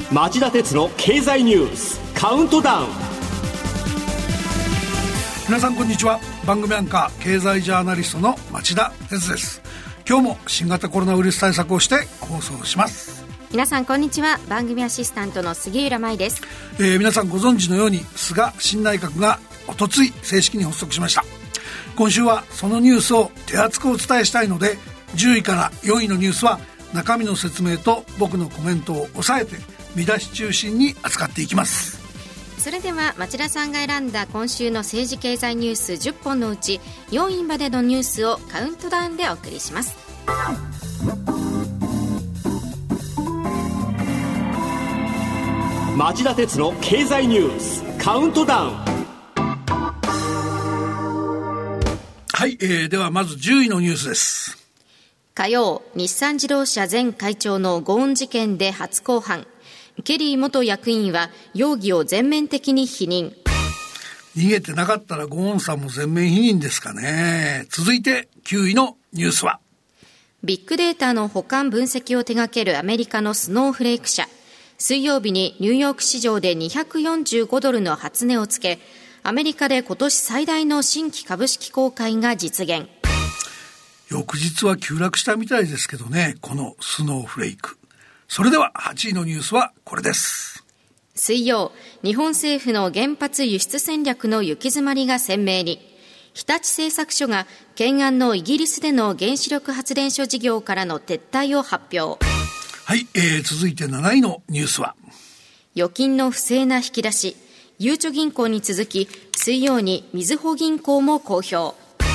町田鉄の経済ニュースカウントダウン。 皆さんこんにちは。番組アンカー経済ジャーナリストの町田鉄です。今日も新型コロナウイルス対策をして放送します。 皆さんこんにちは。番組アシスタントの杉浦舞です。 皆さんご存知のように菅新内閣がおとつい正式に発足しました。今週はそのニュースを手厚くお伝えしたいので、10位から4位のニュースは中身の説明と僕のコメントを抑えて見出し中心に扱っていきます。 それでは町田さんが選んだ今週の政治経済ニュース10本のうち4位までのニュースをカウントダウンでお送りします。 町田鉄の経済ニュースカウントダウン。 はい、ではまず10位のニュースです。 火曜、日産自動車前会長のゴーン事件で初公判。ケリー元役員は容疑を全面的に否認。 逃げてなかったらゴーンさんも全面否認ですかね。続いて9位のニュースは、 ビッグデータの保管分析を手掛けるアメリカのスノーフレーク社、水曜日にニューヨーク市場で245ドルの初値をつけ、アメリカで今年最大の新規株式公開が実現。 翌日は急落したみたいですけどね、このスノーフレーク。それでは8位のニュースはこれです。 水曜、日本政府の原発輸出戦略の行き詰まりが鮮明に。日立製作所が懸案のイギリスでの原子力発電所事業からの撤退を発表。 はい、続いて7位のニュースは、 預金の不正な引き出し。ゆうちょ銀行に続き水曜にみずほ銀行も公表。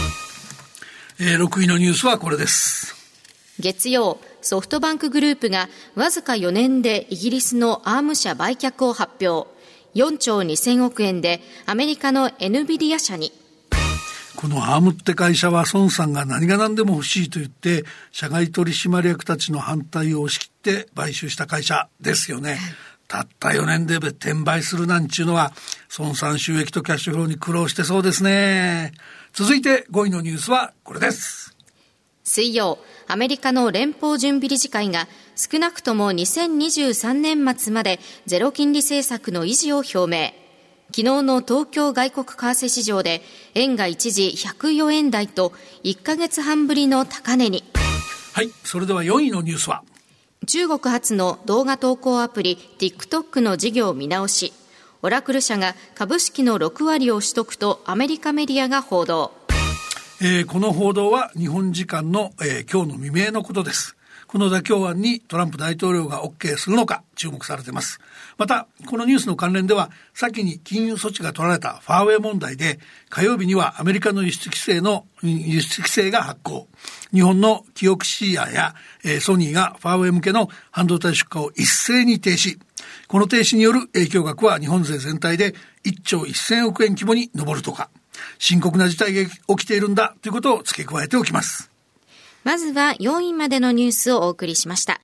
6位のニュースはこれです。 月曜、ソフトバンクグループがわずか4年でイギリスのアーム社売却を発表。4兆2000億円でアメリカの NVIDIA 社に。 このアームって会社は孫さんが何が何でも欲しいと言って社外取締役たちの反対を押し切って買収した会社ですよね。たった4年で転売するなんちゅうのは孫さん収益とキャッシュフローに苦労してそうですね。続いて5位のニュースはこれです。 水曜、アメリカの連邦準備理事会が少なくとも2023年末までゼロ金利政策の維持を表明。昨日の東京外国為替市場で円が一時104円台と1ヶ月半ぶりの高値に。 はい、それでは4位のニュースは、 中国発の動画投稿アプリ TikTok の事業見直し。オラクル社が株式の6割を取得とアメリカメディアが報道。 この報道は日本時間の、今日の未明のことです。この妥協案にトランプ大統領が OK するのか注目されています。またこのニュースの関連では先に金融措置が取られたファーウェイ問題で火曜日にはアメリカの輸出規制が発効。日本のキオクシアや、ソニーがファーウェイ向けの半導体出荷を一斉に停止。この停止による影響額は日本勢全体で1兆1000億円規模に上るとか、深刻な事態が起きているんだということを付け加えておきます。 まずは4位までのニュースをお送りしました。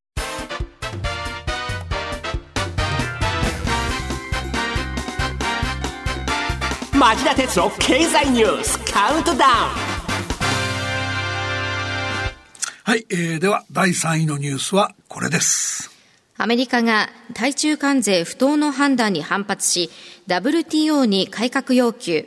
町田鉄の経済ニュースカウントダウン。 はい、では第3位のニュースはこれです。 アメリカが対中関税不当の判断に反発し WTO に改革要求。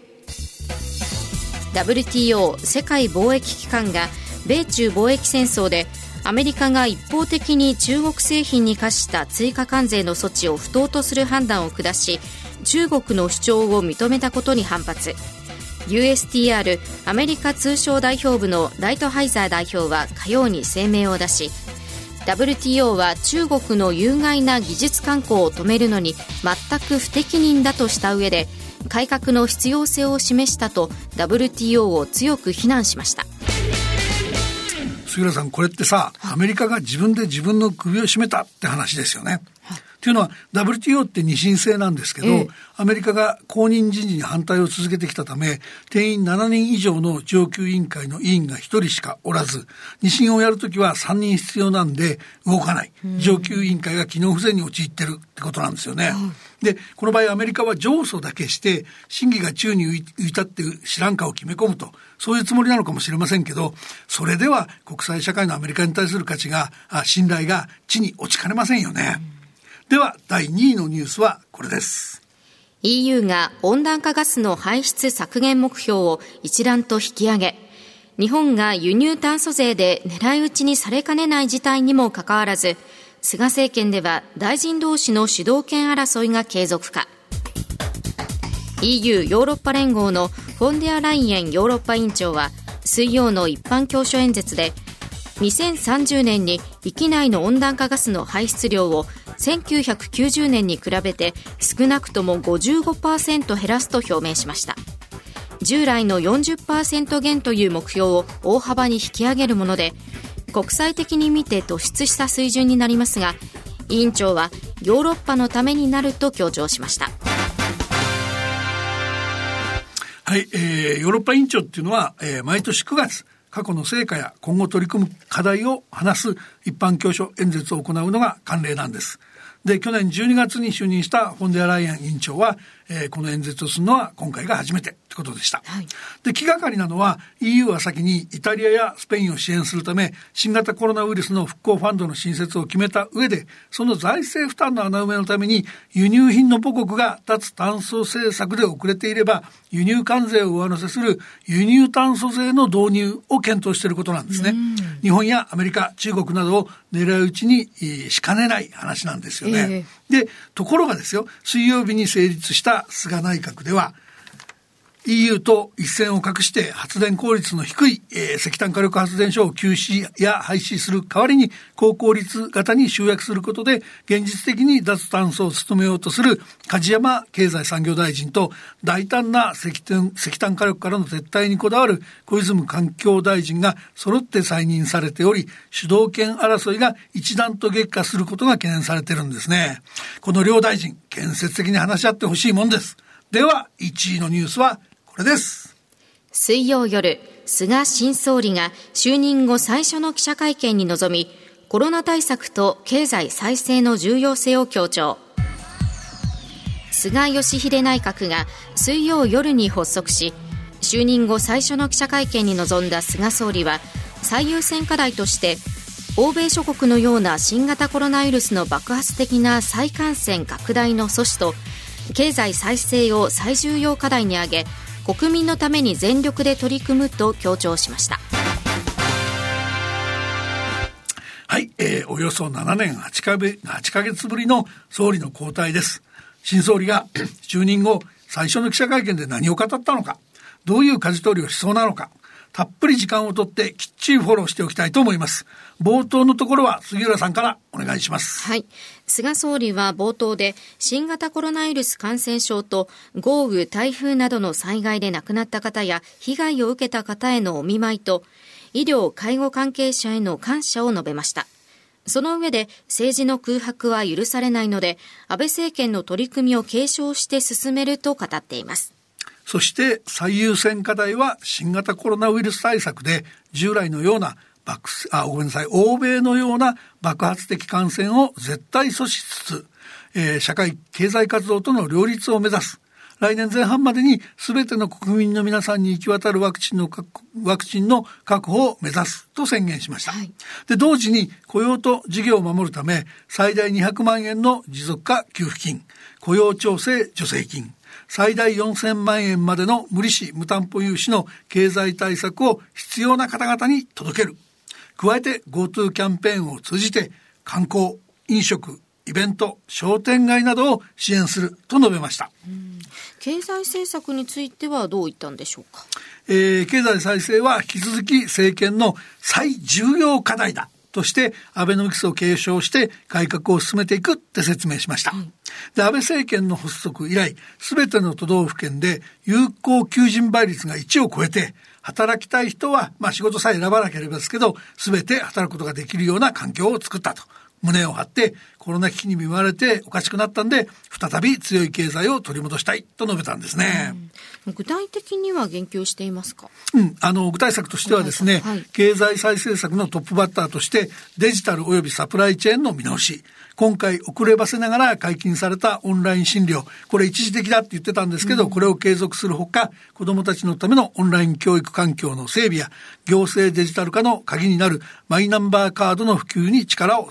WTO 世界貿易機関が米中貿易戦争でアメリカが一方的に中国製品に課した追加関税の措置を不当とする判断を下し、中国の主張を認めたことに反発。 USTR アメリカ通商代表部のライトハイザー代表は火曜に声明を出し、 WTO は中国の有害な技術慣行を止めるのに全く不適任だとした上で改革の必要性を示したと WTO を強く非難しました。 杉浦さん、これってさ、アメリカが自分で自分の首を絞めたって話ですよね。というのは WTO って二審制なんですけど、アメリカが公認人事に反対を続けてきたため、定員7人以上の上級委員会の委員が1人しかおらず、二審をやるときは3人必要なんで動かない。上級委員会が機能不全に陥ってるってことなんですよね。で、この場合アメリカは上訴だけして審議が宙に浮いたって知らんかを決め込むと、そういうつもりなのかもしれませんけど、それでは国際社会のアメリカに対する価値が信頼が地に落ちかねませんよね。 では第2位のニュースはこれです。 EU が温暖化ガスの排出削減目標を一段と引き上げ、日本が輸入炭素税で狙い撃ちにされかねない事態にもかかわらず、菅政権では大臣同士の主導権争いが継続か。 EU ヨーロッパ連合のフォンデアライエンヨーロッパ委員長は水曜の一般教書演説で、2030年に域内の温暖化ガスの排出量を1990年に比べて少なくとも 55% 減らすと表明しました。従来の 40% 減という目標を大幅に引き上げるもので、国際的に見て突出した水準になりますが、委員長はヨーロッパのためになると強調しました。 はい、ヨーロッパ委員長っていうのは、毎年9月過去の成果や今後取り組む課題を話す一般教書演説を行うのが慣例なんです。で、去年12月に就任したフォンデアライエン委員長は、この演説をするのは今回が初めてってことでした。はい、で、気がかりなのは EU は先にイタリアやスペインを支援するため新型コロナウイルスの復興ファンドの新設を決めた上で、その財政負担の穴埋めのために輸入品の母国が脱炭素政策で遅れていれば輸入関税を上乗せする輸入炭素税の導入を検討していることなんですね。日本やアメリカ、中国などを狙い撃ちにしかねない話なんですよね。で、ところがですよ、水曜日に成立した菅内閣では EU と一線を画して発電効率の低い、石炭火力発電所を休止や廃止する代わりに高効率型に集約することで現実的に脱炭素を進めようとする梶山経済産業大臣と大胆な石炭火力からの撤退にこだわる小泉環境大臣が揃って再任されており、主導権争いが一段と激化することが懸念されているんですね。この両大臣、建設的に話し合ってほしいもんです。では1位のニュースはこれです。 水曜夜、菅新総理が就任後最初の記者会見に臨み、コロナ対策と経済再生の重要性を強調。菅義偉内閣が水曜夜に発足し、就任後最初の記者会見に臨んだ菅総理は、最優先課題として欧米諸国のような新型コロナウイルスの爆発的な再感染拡大の阻止と経済再生を最重要課題に挙げ、国民のために全力で取り組むと強調しました。 はい、およそ7年8ヶ月ぶりの総理の交代です。新総理が就任後最初の記者会見で何を語ったのか、どういう舵取りをしそうなのか、たっぷり時間をとってきっちりフォローしておきたいと思います。冒頭のところは杉浦さんからお願いします。 はい。菅総理は冒頭で新型コロナウイルス感染症と豪雨、台風などの災害で亡くなった方や被害を受けた方へのお見舞いと医療・介護関係者への感謝を述べました。その上で政治の空白は許されないので安倍政権の取り組みを継承して進めると語っています。 そして最優先課題は新型コロナウイルス対策で従来のような欧米のような爆発的感染を絶対阻止しつつ、社会経済活動との両立を目指す。来年前半までに全ての国民の皆さんに行き渡るワクチンの確保を目指すと宣言しました。はい、で、同時に雇用と事業を守るため最大200万円の持続化給付金、雇用調整助成金、最大4000万円までの無利子無担保融資の経済対策を必要な方々に届ける。加えて GoTo キャンペーンを通じて観光、飲食、イベント、商店街などを支援すると述べました。 経済政策についてはどう言ったんでしょうか。 経済再生は引き続き政権の最重要課題だとしてアベノミクスを継承して改革を進めていくって説明しました。で、安倍政権の発足以来、すべての都道府県で有効求人倍率が1を超えて、働きたい人は、仕事さえ選ばなければですけど、すべて働くことができるような環境を作ったと。胸を張ってコロナ危機に見舞われておかしくなったんで再び強い経済を取り戻したいと述べたんですね。 具体的には言及していますか。 具体策としてはですね、経済再生策のトップバッターとしてデジタルおよびサプライチェーンの見直し、今回遅ればせながら解禁されたオンライン診療、これ一時的だって言ってたんですけど、これを継続するほか、子どもたちのためのオンライン教育環境の整備や行政デジタル化の鍵になるマイナンバーカードの普及に力を注ぐ。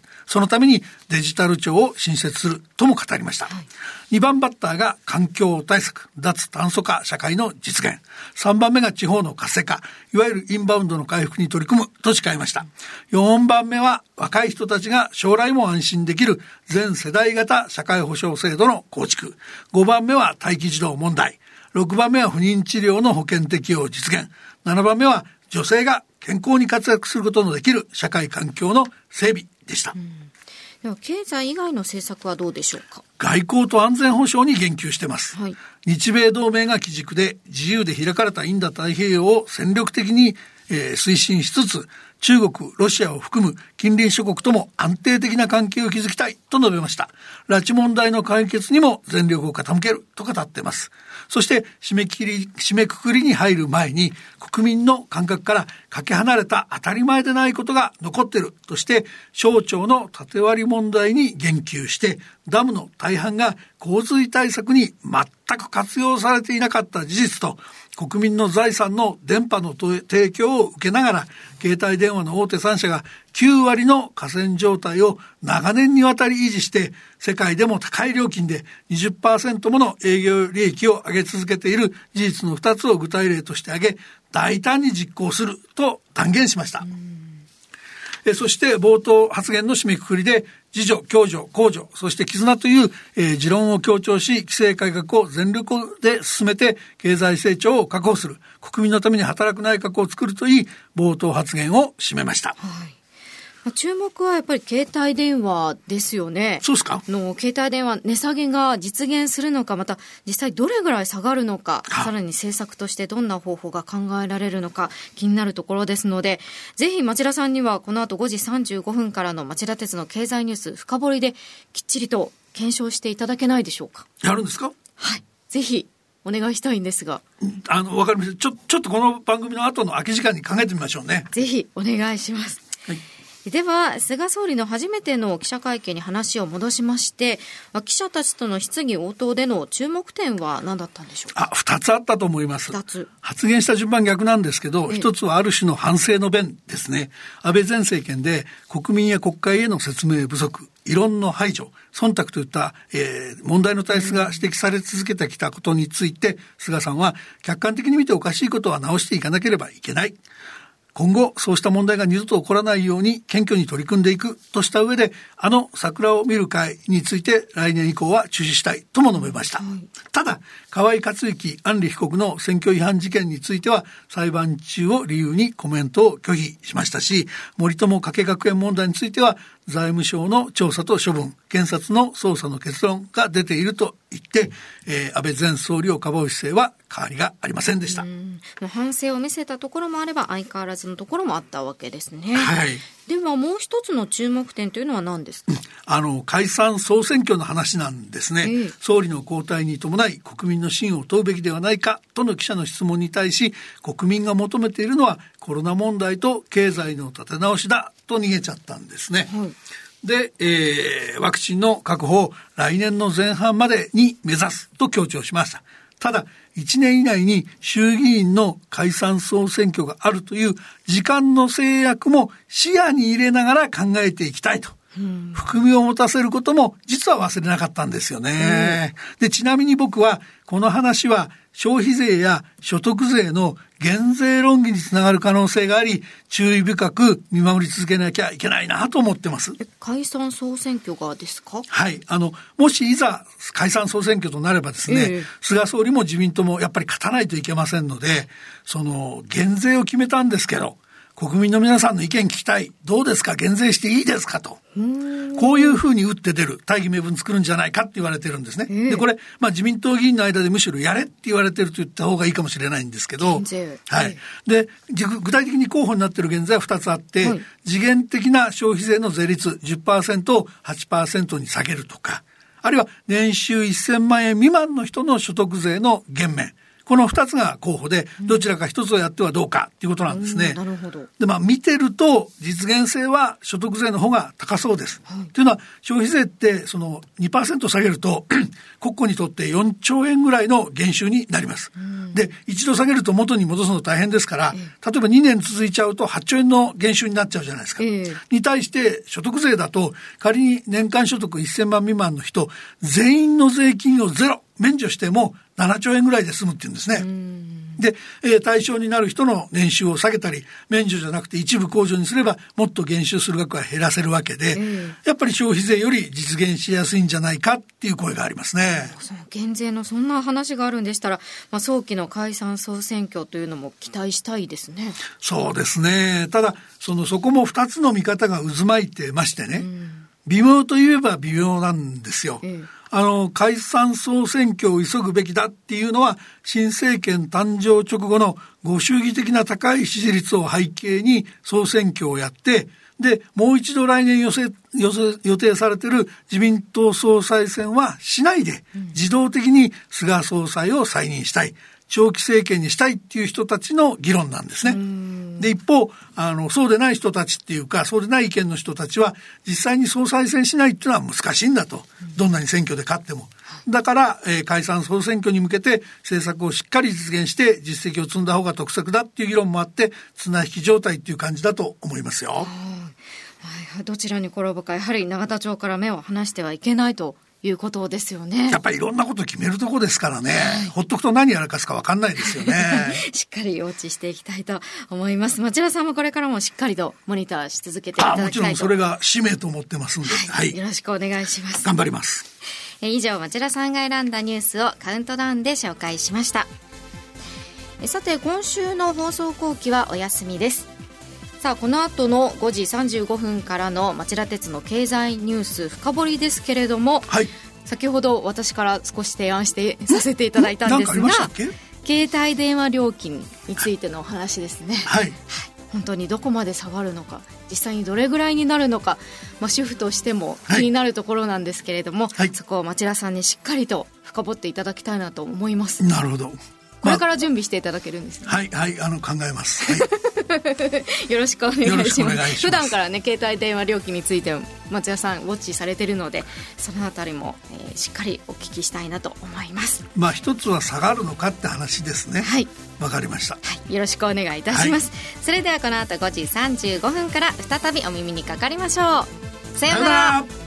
そのためにデジタル庁を新設するとも語りました。2番バッターが環境対策、脱炭素化社会の実現。3番目が地方の活性化、いわゆるインバウンドの回復に取り組むと誓いました。4番目は若い人たちが将来も安心できる全世代型社会保障制度の構築。5番目は待機児童問題。6番目は不妊治療の保険適用実現。7番目は女性が健康に活躍することのできる社会環境の整備でした。 では経済以外の政策はどうでしょうか。 外交と安全保障に言及してます、日米同盟が基軸で自由で開かれたインド太平洋を戦力的に、推進しつつ、中国、ロシアを含む近隣諸国とも安定的な関係を築きたいと述べました。拉致問題の解決にも全力を傾けると語っています。そして締めくくりに入る前に、国民の感覚からかけ離れた当たり前でないことが残っているとして、省庁の縦割り問題に言及して、ダムの大半が洪水対策に全く活用されていなかった事実と、国民の財産の電波の提供を受けながら、携帯電話の大手3社が9割の寡占状態を長年にわたり維持して、世界でも高い料金で 20% もの営業利益を上げ続けている事実の2つを具体例として挙げ、大胆に実行すると断言しました。そして冒頭発言の締めくくりで、自助、共助、公助、そして絆という、持論を強調し、規制改革を全力で進めて経済成長を確保する、国民のために働く内閣を作るといい冒頭発言を締めました。 注目はやっぱり携帯電話ですよね。 そうですか。 携帯電話値下げが実現するのか、また実際どれぐらい下がるのか、さらに政策としてどんな方法が考えられるのか気になるところですので、ぜひ町田さんにはこの後5時35分からの町田鉄の経済ニュース深掘りできっちりと検証していただけないでしょうか。 やるんですか。 はい、ぜひお願いしたいんですが。 わかりました。ちょっとこの番組の後の空き時間に考えてみましょうね。 ぜひお願いします。はい。では菅総理の初めての記者会見に話を戻しまして、記者たちとの質疑応答での注目点は何だったんでしょうか。 2つあったと思います。 2つ発言した順番逆なんですけど、1つはある種の反省の弁ですね。安倍前政権で国民や国会への説明不足、異論の排除、忖度といった、問題の体質が指摘され続けてきたことについて、菅さんは客観的に見ておかしいことは直していかなければいけない。今後そうした問題が二度と起こらないように謙虚に取り組んでいくとした上で、桜を見る会について来年以降は中止したいとも述べました。ただ河井克行案里被告の選挙違反事件については裁判中を理由にコメントを拒否しましたし、森友加計学園問題については財務省の調査と処分、検察の捜査の結論が出ていると言って、安倍前総理をかばう姿勢は変わりがありませんでした。 反省を見せたところもあれば相変わらずのところもあったわけですね。 はい。 ではもう一つの注目点というのは何ですか。 解散総選挙の話なんですね。総理の交代に伴い国民の信を問うべきではないかとの記者の質問に対し、国民が求めているのはコロナ問題と経済の立て直しだと逃げちゃったんですね。で、ワクチンの確保を来年の前半までに目指すと強調しました。ただ1年以内に衆議院の解散総選挙があるという時間の制約も視野に入れながら考えていきたいと、含みを持たせることも実は忘れなかったんですよね。で、ちなみに僕はこの話は消費税や所得税の減税論議につながる可能性があり、注意深く見守り続けなきゃいけないなと思ってます。 解散総選挙がですか。 はい。もしいざ解散総選挙となればですね、菅総理も自民党もやっぱり勝たないといけませんので、減税を決めたんですけど、国民の皆さんの意見聞きたい。どうですか、減税していいですかと。こういうふうに打って出る大義名分作るんじゃないかって言われてるんですね。で、これ、自民党議員の間でむしろやれって言われてると言った方がいいかもしれないんですけど、はい。で、具体的に候補になっている減税は2つあって、時限的な消費税の税率 10% を 8% に下げるとか、あるいは年収1000万円未満の人の所得税の減免。 この2つが候補で、どちらか1つをやってはどうかっていうことなんですね。 なるほど。 で、見てると実現性は所得税の方が高そうです。というのは、消費税ってその 2% 下げると国庫にとって4兆円ぐらいの減収になります。で、一度下げると元に戻すの大変ですから、例えば2年続いちゃうと8兆円の減収になっちゃうじゃないですか。に対して所得税だと、仮に年間所得1000万未満の人全員の税金をゼロ免除しても7兆円ぐらいで済むっていうんですね。で、対象になる人の年収を下げたり、免除じゃなくて一部控除にすればもっと減収する額は減らせるわけで、やっぱり消費税より実現しやすいんじゃないかっていう声がありますね。 その減税のそんな話があるんでしたら、早期の解散総選挙というのも期待したいですね。 そうですね。ただそこも2つの見方が渦巻いてましてね、微妙といえば微妙なんですよ。解散総選挙を急ぐべきだっていうのは、新政権誕生直後のご祝儀的な高い支持率を背景に総選挙をやって、で、もう一度来年予定されている自民党総裁選はしないで、自動的に菅総裁を再任したい。長期政権にしたいっていう人たちの議論なんですね。で、一方、そうでない人たちっていうか、そうでない意見の人たちは、実際に総裁選しないっていうのは難しいんだと。どんなに選挙で勝っても。だから、解散総選挙に向けて政策をしっかり実現して実績を積んだ方が得策だっていう議論もあって、綱引き状態っていう感じだと思いますよ。 どちらに転ぶか、やはり永田町から目を離してはいけないということですよね。 やっぱりいろんなこと決めるとこですからね、ほっとくと何やらかすか分かんないですよね。 しっかりウォッチしていきたいと思います。町田さんもこれからもしっかりとモニターし続けていただきたいと。 もちろんそれが使命と思ってますんで、 よろしくお願いします。 頑張ります。 以上、町田さんが選んだニュースをカウントダウンで紹介しました。さて、今週の放送後期はお休みです。さあ、この後の5時35分からの町田鉄の経済ニュース深掘りですけれども、先ほど私から少し提案してさせていただいたんですが、携帯電話料金についてのお話ですね。本当にどこまで下がるのか、実際にどれぐらいになるのか、主婦としても気になるところなんですけれども、そこを町田さんにしっかりと深掘っていただきたいなと思います。 なるほど。 これから準備していただけるんですね。 考えます。 よろしくお願いします。普段からね、携帯電話料金について町田さんウォッチされているので、そのあたりも、しっかりお聞きしたいなと思います。 一つは下がるのかって話ですね。わかりました。 よろしくお願いいたします。それではこの後5時35分から再びお耳にかかりましょう。さようなら。